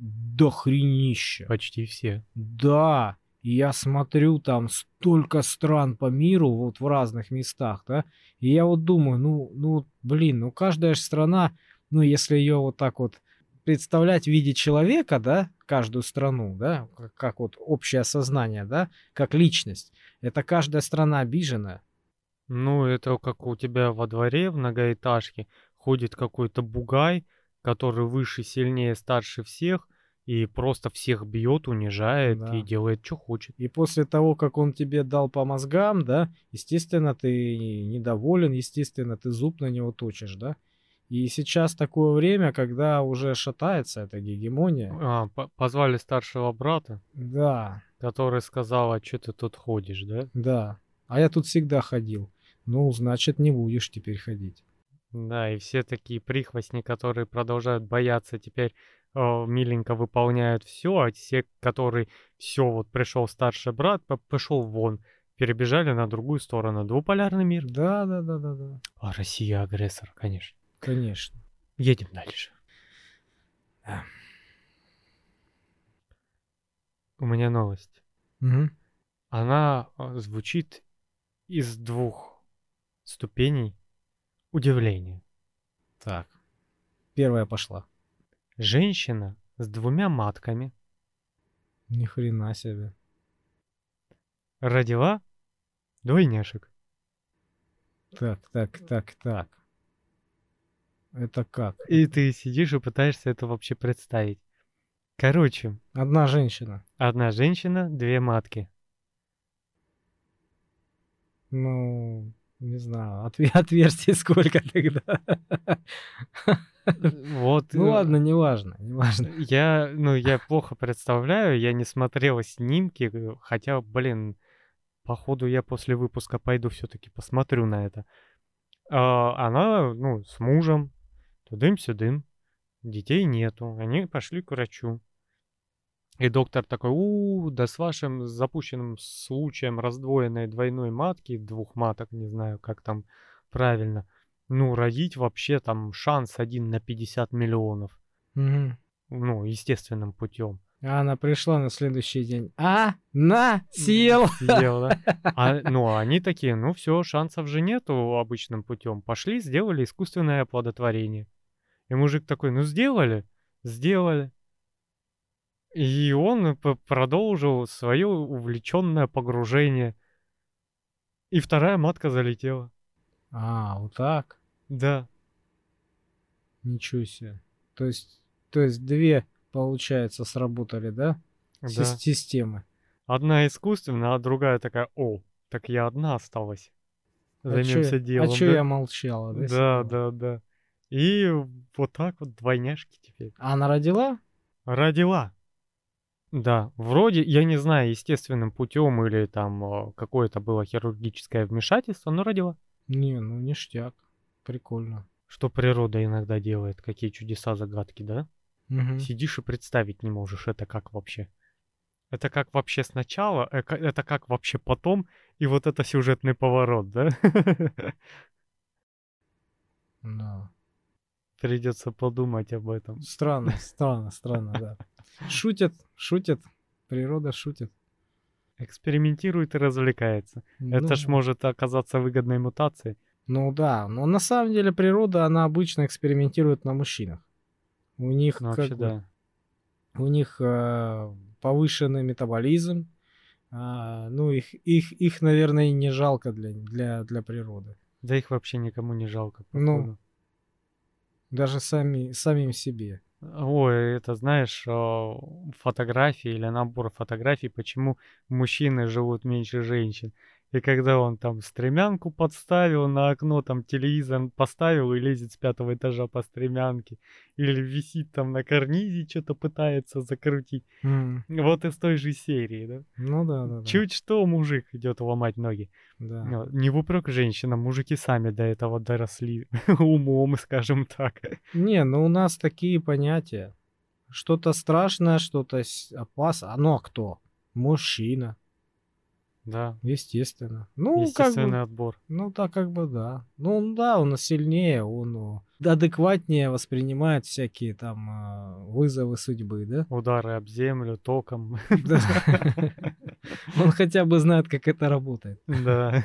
дохренища. Почти все. Да, и я смотрю, там столько стран по миру, вот в разных местах, да, и я вот думаю, ну, ну, блин, ну каждая ж страна, ну если ее вот так вот представлять в виде человека, да, каждую страну, да, как, как вот общее сознание, да, как личность, это каждая страна обиженная. Ну, это как у тебя во дворе в многоэтажке ходит какой-то бугай, который выше, сильнее, старше всех, и просто всех бьет, унижает и Да. делает, что хочет. И после того, как он тебе дал по мозгам, да, естественно, ты недоволен, естественно, ты зуб на него точишь, да. И сейчас такое время, когда уже шатается эта гегемония. А, по- позвали старшего брата, Да, который сказал, а что ты тут ходишь, да? да. А я тут всегда ходил. Ну, значит, не будешь теперь ходить. Да, и все такие прихвостни, которые продолжают бояться, теперь э, миленько выполняют все, а те, которые все, вот пришел старший брат, по- пошел вон, перебежали на другую сторону. Двуполярный мир. Да, да, да, да, да. А Россия агрессор, конечно. Конечно. Едем дальше. Да. У меня новость. Мгм. Она э, звучит из двух ступеней удивления. Так, первая пошла. Женщина с двумя матками Ни хрена себе. родила двойняшек. Так, так, так, так. Это как? И ты сидишь и пытаешься это вообще представить. Короче, Одна женщина. одна женщина, две матки. Ну, Не знаю, отве отверстий сколько тогда. Вот, Ну э, ладно, неважно, неважно. я, ну, я плохо представляю, я не смотрел снимки, э, хотя, блин, походу я после выпуска пойду все-таки посмотрю на это. А, она, ну, с мужем, тудым-сюдым, детей нету, они пошли к врачу. И доктор такой: у, да с вашим запущенным случаем раздвоенной двойной матки, двух маток, не знаю, как там правильно, ну, родить вообще там шанс один на пятьдесят миллионов. Мгм. Ну, естественным путем. А она пришла на следующий день. А, на, М, съел. съел, да. А, ну, а они такие: ну все, шансов же нету обычным путем. Пошли, сделали искусственное оплодотворение. И мужик такой: ну сделали, сделали. И он п- продолжил свое увлеченное погружение. И вторая матка залетела. А, вот так. Да, Ничего себе. То есть, то есть две, получается, сработали, да? Сис- да. Системы. Одна искусственная, а другая такая: о, так я одна осталась. А чё, Займемся а делом, чё да? я молчала, да, Да, сидела? да, да. И вот так вот двойняшки теперь. А она родила? Родила. Да, вроде, я не знаю, естественным путем или там э, какое-то было хирургическое вмешательство, но родила. Не, ну ништяк. Прикольно. Что природа иногда делает, какие чудеса, загадки, да? Мгм. Сидишь и представить не можешь, это как вообще. Это как вообще сначала, э, ка- это как вообще потом, и вот это сюжетный поворот, да? Да. Придется подумать об этом. Странно, странно, странно, да. Шутят, шутят. Природа шутит. Экспериментирует и развлекается. Это ж Ну, может оказаться выгодной мутацией. ну да, но на самом деле природа, она обычно экспериментирует на мужчинах. У них Ну, как вообще, бы, да. у них э, повышенный метаболизм, а, ну их, их, их, наверное, и не жалко для, для, для природы. Да их вообще никому не жалко, Ну, походу. даже сами, самим себе. Ой, это знаешь, а, фотографии или набор фотографий, почему мужчины живут меньше женщин. И когда он там стремянку подставил на окно, там телевизор поставил и лезет с пятого этажа по стремянке, или висит там на карнизе, что-то пытается закрутить. М, Вот из той же серии, да? Ну да, да, да, Чуть что, мужик идет ломать ноги. да. Ну, не в упрек женщинам, мужики сами до этого доросли умом, скажем так. Не, ну у нас такие понятия. Что-то страшное, что-то опасное. Ну а кто? Мужчина, Да, естественно. Ну, как бы, естественный отбор. ну да, как бы да. Ну он, да, он сильнее, он о, адекватнее воспринимает всякие там а, вызовы судьбы, да? Удары об землю, током. Да. Он хотя бы знает, как это работает. Да.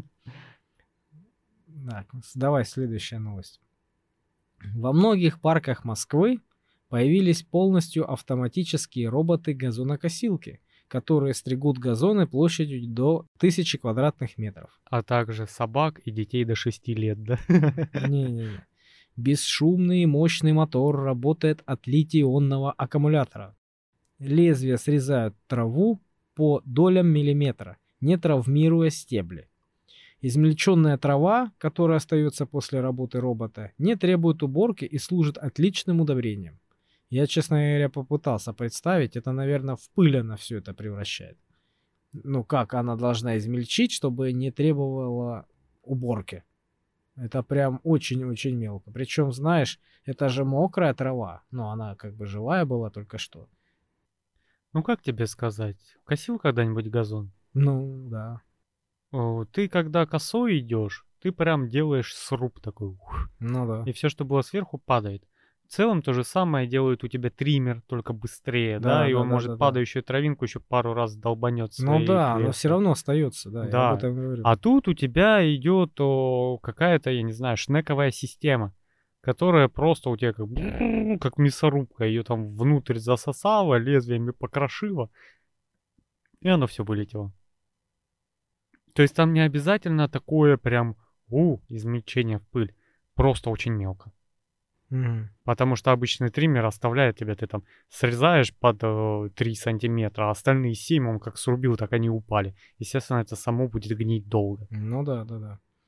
Так, с- давай следующая новость. Во многих парках Москвы появились полностью автоматические роботы-газонокосилки, которые стригут газоны площадью до тысячи квадратных метров. А также собак и детей до шести лет, да? Не-не-не. Бесшумный и мощный мотор работает от литий-ионного аккумулятора. Лезвия срезают траву по долям миллиметра, не травмируя стебли. Измельченная трава, которая остается после работы робота, не требует уборки и служит отличным удобрением. Я, честно говоря, попытался представить, это, наверное, в пыль она все это превращает. Ну, как она должна измельчить, чтобы не требовала уборки. Это прям очень-очень мелко. Причем, знаешь, это же мокрая трава. Ну, она как бы живая была только что. Ну как тебе сказать? Косил когда-нибудь газон? Ну, да. О, ты когда косой идешь, ты прям делаешь сруб такой. Ух, Ну да. и все, что было сверху, падает. В целом то же самое делает у тебя триммер, только быстрее, да, Да, и да, он да, может да, да. падающую травинку еще пару раз долбанет Ну своей да, но все хвесткой. равно остается, да, я об Да. этом говорю. А тут у тебя идет о, какая-то, я не знаю, шнековая система, которая просто у тебя как, брррр, как мясорубка, ее там внутрь засосала, лезвиями покрошила, и оно все вылетело. То есть там не обязательно такое прям, у, измельчение в пыль, просто очень мелко. Мгм. Потому что обычный триммер оставляет тебя, ты там срезаешь под э, три сантиметра, а остальные семь он как срубил, так они упали. Естественно, это само будет гнить долго. Ну да, да, да.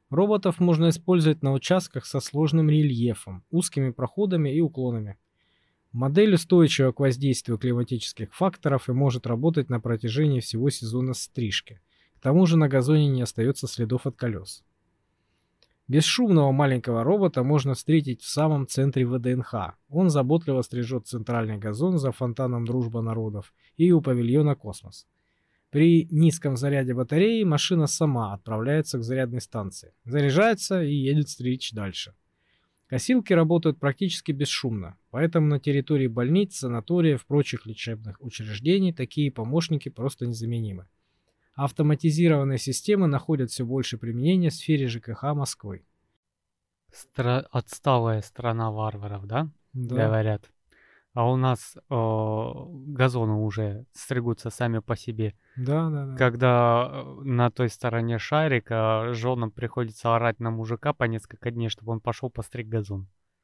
Роботов можно использовать на участках со сложным рельефом, узкими проходами и уклонами. Модель устойчива к воздействию климатических факторов и может работать на протяжении всего сезона стрижки. К тому же на газоне не остается следов от колес. Бесшумного маленького робота можно встретить в самом центре вэ дэ эн ха. Он заботливо стрижет центральный газон за фонтаном «Дружба народов» и у павильона «Космос». При низком заряде батареи машина сама отправляется к зарядной станции, заряжается и едет стричь дальше. Косилки работают практически бесшумно, поэтому на территории больниц, санаториев, прочих лечебных учреждений такие помощники просто незаменимы. Автоматизированные системы находят все больше применения в сфере жэ ка ха Москвы. Стра- Отсталая страна варваров, да? Да, Говорят. А у нас э, газоны уже стригутся сами по себе. да, да, да. Когда э, на той стороне шарика женам приходится орать на мужика по несколько дней, чтобы он пошел постриг газон.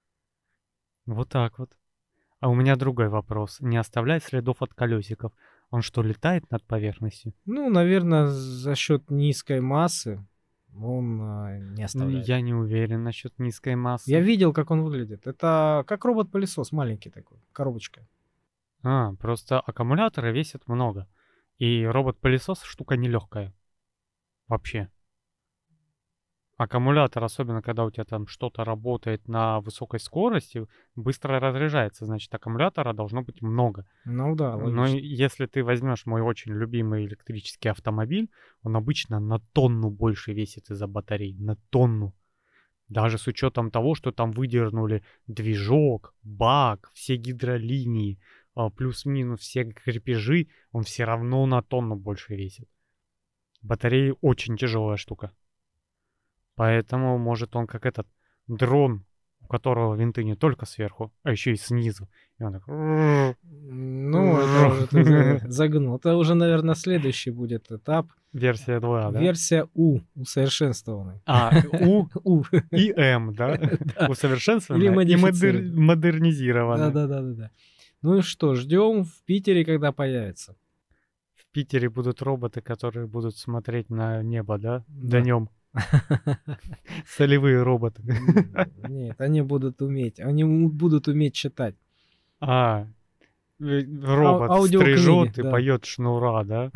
Вот так вот. А у меня другой вопрос. Не оставляет следов от колесиков. Он что, летает над поверхностью? Ну, наверное, за счет низкой массы он а, не Н- оставляет. Я не уверен насчет низкой Я массы. видел, как он выглядит. Это как робот-пылесос маленький такой, коробочка. А, просто аккумуляторы весят много. И робот-пылесос штука нелегкая. Вообще. Аккумулятор, особенно когда у тебя там что-то работает на высокой скорости, быстро разряжается. Значит, аккумулятора должно быть много. Ну да, Но логично. и если ты возьмешь мой очень любимый электрический автомобиль, он обычно на тонну больше весит из-за батарей. На тонну. Даже с учетом того, что там выдернули движок, бак, все гидролинии, а, плюс-минус все крепежи, он все равно на тонну больше весит. Батареи очень тяжелая штука. Поэтому, может, он как этот дрон, у которого винты не только сверху, а еще и снизу. И он так... Ну, это уже ты за- загнул. Это уже, наверное, следующий будет этап. Версия два, да? Версия У, усовершенствованный. А, У У. и М, да? Да. Усовершенствованная Или и модер- модифицированная. модернизированная. Да-да-да-да-да. Ну и что, ждем в Питере, когда появится. В Питере будут роботы, которые будут смотреть на небо, да? Да. Днем. Солевые роботы. М, Нет, они будут уметь. Они м- будут уметь читать. А, э, робот аудиокниги, стрижет и да. поет шнура, да?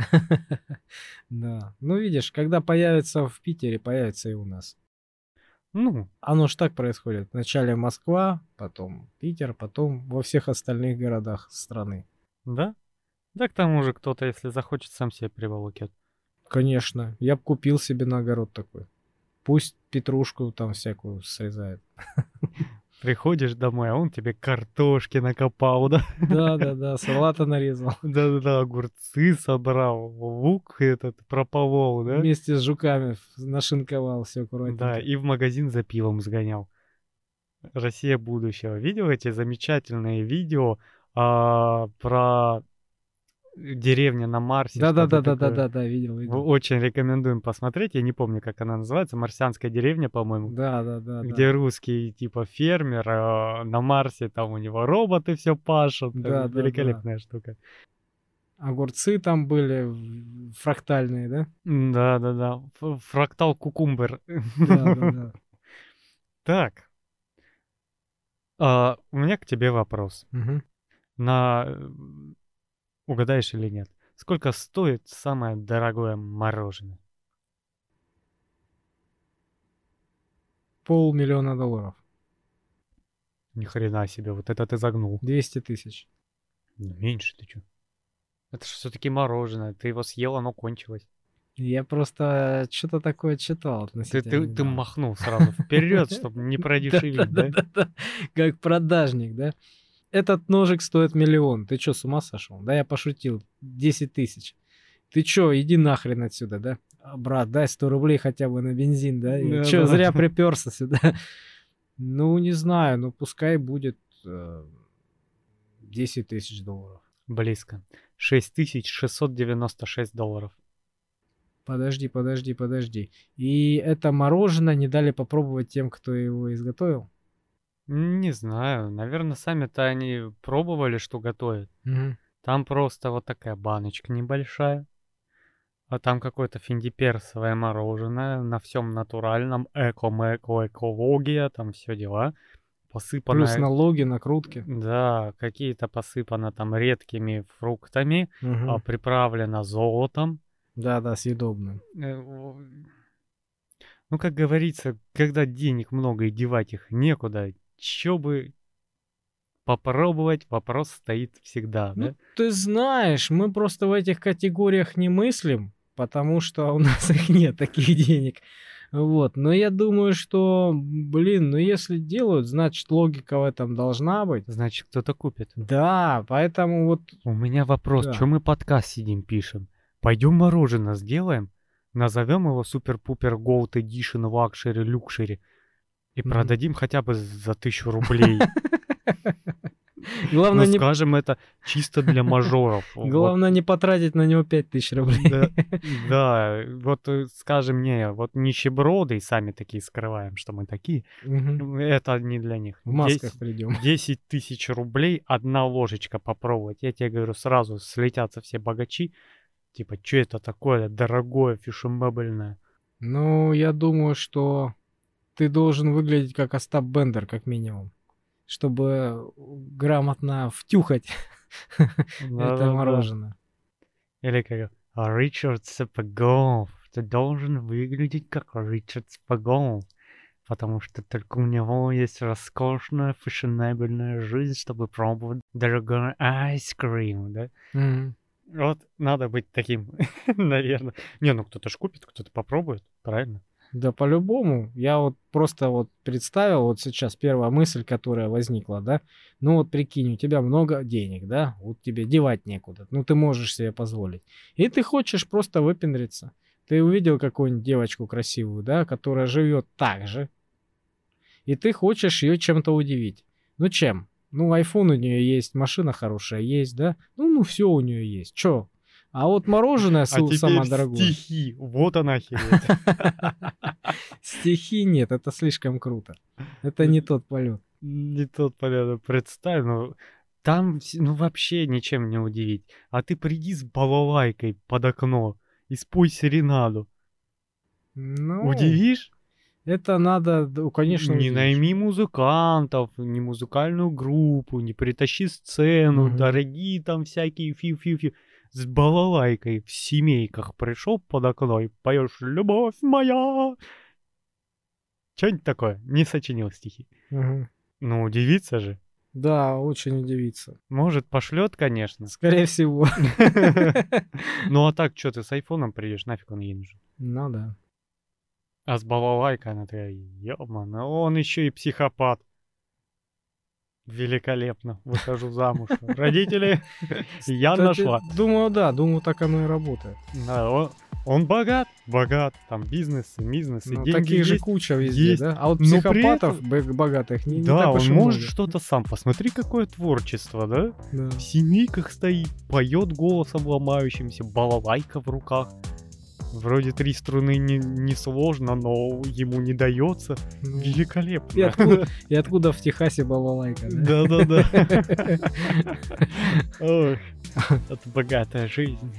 Да. Ну, видишь, когда появится в Питере, появится и у нас. Ну, Оно ж так происходит. Вначале Москва, потом Питер, потом во всех остальных городах страны. да? Да к тому же кто-то, если захочет, сам себе приволокет. Конечно, я бы купил себе на огород такой. Пусть петрушку там всякую срезает. Приходишь домой, а он тебе картошки накопал, да? Да-да-да, салата нарезал. Да-да-да, огурцы собрал, лук этот прополол, да? Вместе с жуками ф- нашинковал все Да, аккуратненько. и в магазин за пивом сгонял. Россия будущего. Видел эти замечательные видео а, про деревню на Марсе, что-то такое? Да-да-да-да-да-да, видел, В- видел. Очень рекомендуем посмотреть. Я не помню, как она называется. Марсианская деревня, по-моему. Да-да-да-да. Где русский типа фермер, а на Марсе там у него роботы все пашут. Там Да-да-да. великолепная штука. Огурцы там были в- фрактальные, да? Да-да-да. Ф- Фрактал кукумбер. Да-да-да. Так, а, у меня к тебе вопрос. Мгм. На э, угадаешь или нет? Сколько стоит самое дорогое мороженое? Полмиллиона долларов. Ни хрена себе, вот это ты загнул. двести тысяч. Ну, меньше ты чё? Это же все-таки мороженое. Ты его съел, оно кончилось. Я просто что-то такое читал Ты, относительно ты, ты недавно. махнул сразу вперед, чтобы не продешевить, да? Да-да-да-да. Как продажник, да? Этот ножик стоит миллион. Ты чё, с ума сошел? Да я пошутил. десять тысяч. Ты чё, иди нахрен отсюда, да? А, брат, дай сто рублей хотя бы на бензин, да? Я чё, Да-да-да. зря приперся сюда? Ну, не знаю, ну пускай будет э, десять тысяч долларов. Близко. шесть тысяч шестьсот девяносто шесть долларов. Подожди, подожди, подожди. И это мороженое не дали попробовать тем, кто его изготовил? Не знаю, наверное, сами-то они пробовали, что готовят. Мгм. Там просто вот такая баночка небольшая. А там какое-то финдиперсовое мороженое на всем натуральном, эко-мэко, экология, там все дела. Плюс Посыпанное, налоги, накрутки. да, какие-то посыпано там редкими фруктами, а, Мгм. приправлено золотом. Да-да, съедобным. Э, о, Ну, как говорится, когда денег много и девать их некуда, чё бы попробовать, вопрос стоит всегда, Ну, да? ты знаешь, мы просто в этих категориях не мыслим, потому что у нас их нет, таких денег. Вот. Но я думаю, что, блин, ну если делают, значит логика в этом должна быть. Значит, кто-то купит. Да, поэтому вот, У меня вопрос, да. чё мы подкаст сидим пишем? Пойдем мороженое сделаем, назовем его Супер-Пупер Gold Edition Luxury Luxury и Мгм. продадим хотя бы за тысячу рублей. Ну, Главное не, скажем, это чисто для мажоров. Вот, главное не потратить на него пять тысяч рублей. да, да, вот э, скажем, не, вот нищеброды, и сами такие скрываем, что мы такие, Мгм. ну, это не для них. В масках Десять придем. десять тысяч рублей, одна ложечка попробовать. Я тебе говорю, сразу слетятся все богачи. Типа, что это такое дорогое, фешенебельное? Ну, я думаю, что ты должен выглядеть как Остап Бендер, как минимум, чтобы грамотно втюхать это Да-да-да. мороженое. Или как а, Ричард Сапогов. Ты должен выглядеть как Ричард Сапогов. Потому что только у него есть роскошная, фешенебельная жизнь, чтобы пробовать дорогой айскрим, да? Мгм. Вот надо быть таким, наверное. Не, ну кто-то ж купит, кто-то попробует, правильно? Да, по-любому. Я вот просто вот представил, вот сейчас первая мысль, которая возникла, да. Ну вот прикинь, у тебя много денег, да, вот тебе девать некуда, ну ты можешь себе позволить. И ты хочешь просто выпендриться. Ты увидел какую-нибудь девочку красивую, да, которая живет так же, и ты хочешь ее чем-то удивить. Ну чем? Ну, айфон у нее есть, машина хорошая есть, да? Ну, ну все у нее есть. Чё? А вот мороженое А су- теперь самое дорогое. стихи. Вот она охереть. Стихи нет, это слишком круто. Это не тот полет. Не тот порядок. Представь, ну там вс- ну вообще ничем не удивить. А ты приди с балалайкой под окно и спой серенаду. Ну, Удивишь? это надо, д- конечно, Не удивить. найми музыкантов, не музыкальную группу, не притащи сцену, Мгм. дорогие там всякие фи-фи-фи. С балалайкой в семейках пришел под окно и поешь «Любовь моя». Что-нибудь такое. Не сочинил стихи. Мгм. Ну, удивиться же. Да, очень удивиться. Может, пошлет, конечно. Скорее всего. Ну, а так, что ты с айфоном приедешь, нафиг он ей нужен. Ну да. А с балалайкой она такая, ёмана, он еще и психопат. Великолепно. Выхожу замуж. Родители, я Кстати, нашла. думаю, да, думаю, так оно и работает. Да, он, он богат, богат, там бизнес, бизнес, и Ну, деньги таких же есть. куча везде, есть. да? А вот Но при психопатов этом- б- богатых не, не Да, так уж он и может много. что-то сам. Посмотри, какое творчество, да? Да. В семейках стоит, поет голосом ломающимся, балалайка в руках. Вроде три струны не, не сложно, но ему не дается. Ну, Великолепно. и, откуда, и откуда в Техасе балалайка? Да? Да-да-да. Ой, это богатая жизнь.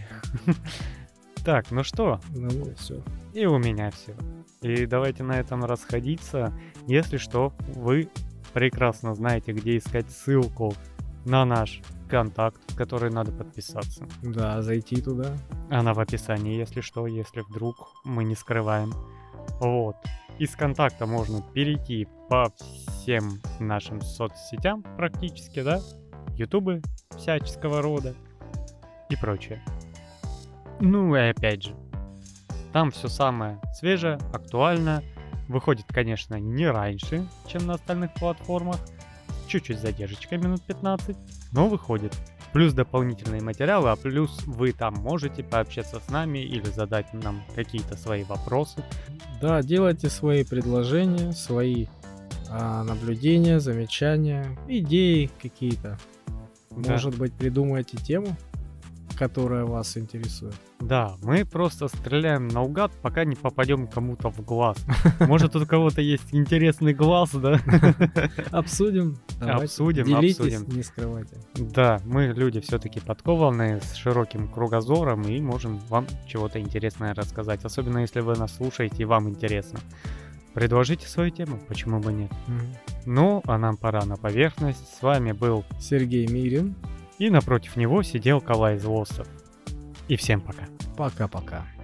Так, ну что, Ну, все. и у меня все. И давайте на этом расходиться. Если что, вы прекрасно знаете, где искать ссылку на наш контакт, в который надо подписаться. Да, зайти туда. Она в описании, если что, если вдруг мы не скрываем. Вот. Из контакта можно перейти по всем нашим соцсетям практически, да? Ютубы всяческого рода и прочее. Ну и опять же, там все самое свежее, актуальное. Выходит, конечно, не раньше, чем на остальных платформах. Чуть-чуть с задержечкой, минут пятнадцать, но выходит. Плюс дополнительные материалы, а плюс вы там можете пообщаться с нами или задать нам какие-то свои вопросы. Да, делайте свои предложения, свои а, наблюдения, замечания, идеи какие-то. Да. Может быть, придумаете тему, которая вас интересует. Да, мы просто стреляем наугад, пока не попадем кому-то в глаз. Может, у кого-то есть интересный глаз, да? Обсудим. Давайте. Обсудим, Делитесь, обсудим. не скрывайте. Да, мы люди все-таки подкованные, с широким кругозором и можем вам чего-то интересное рассказать. Особенно если вы нас слушаете и вам интересно. Предложите свою тему, почему бы нет. Мгм. Ну, а нам пора на поверхность. С вами был Сергей Мирин. и напротив него сидел Калай Злостов. И всем пока. Пока-пока.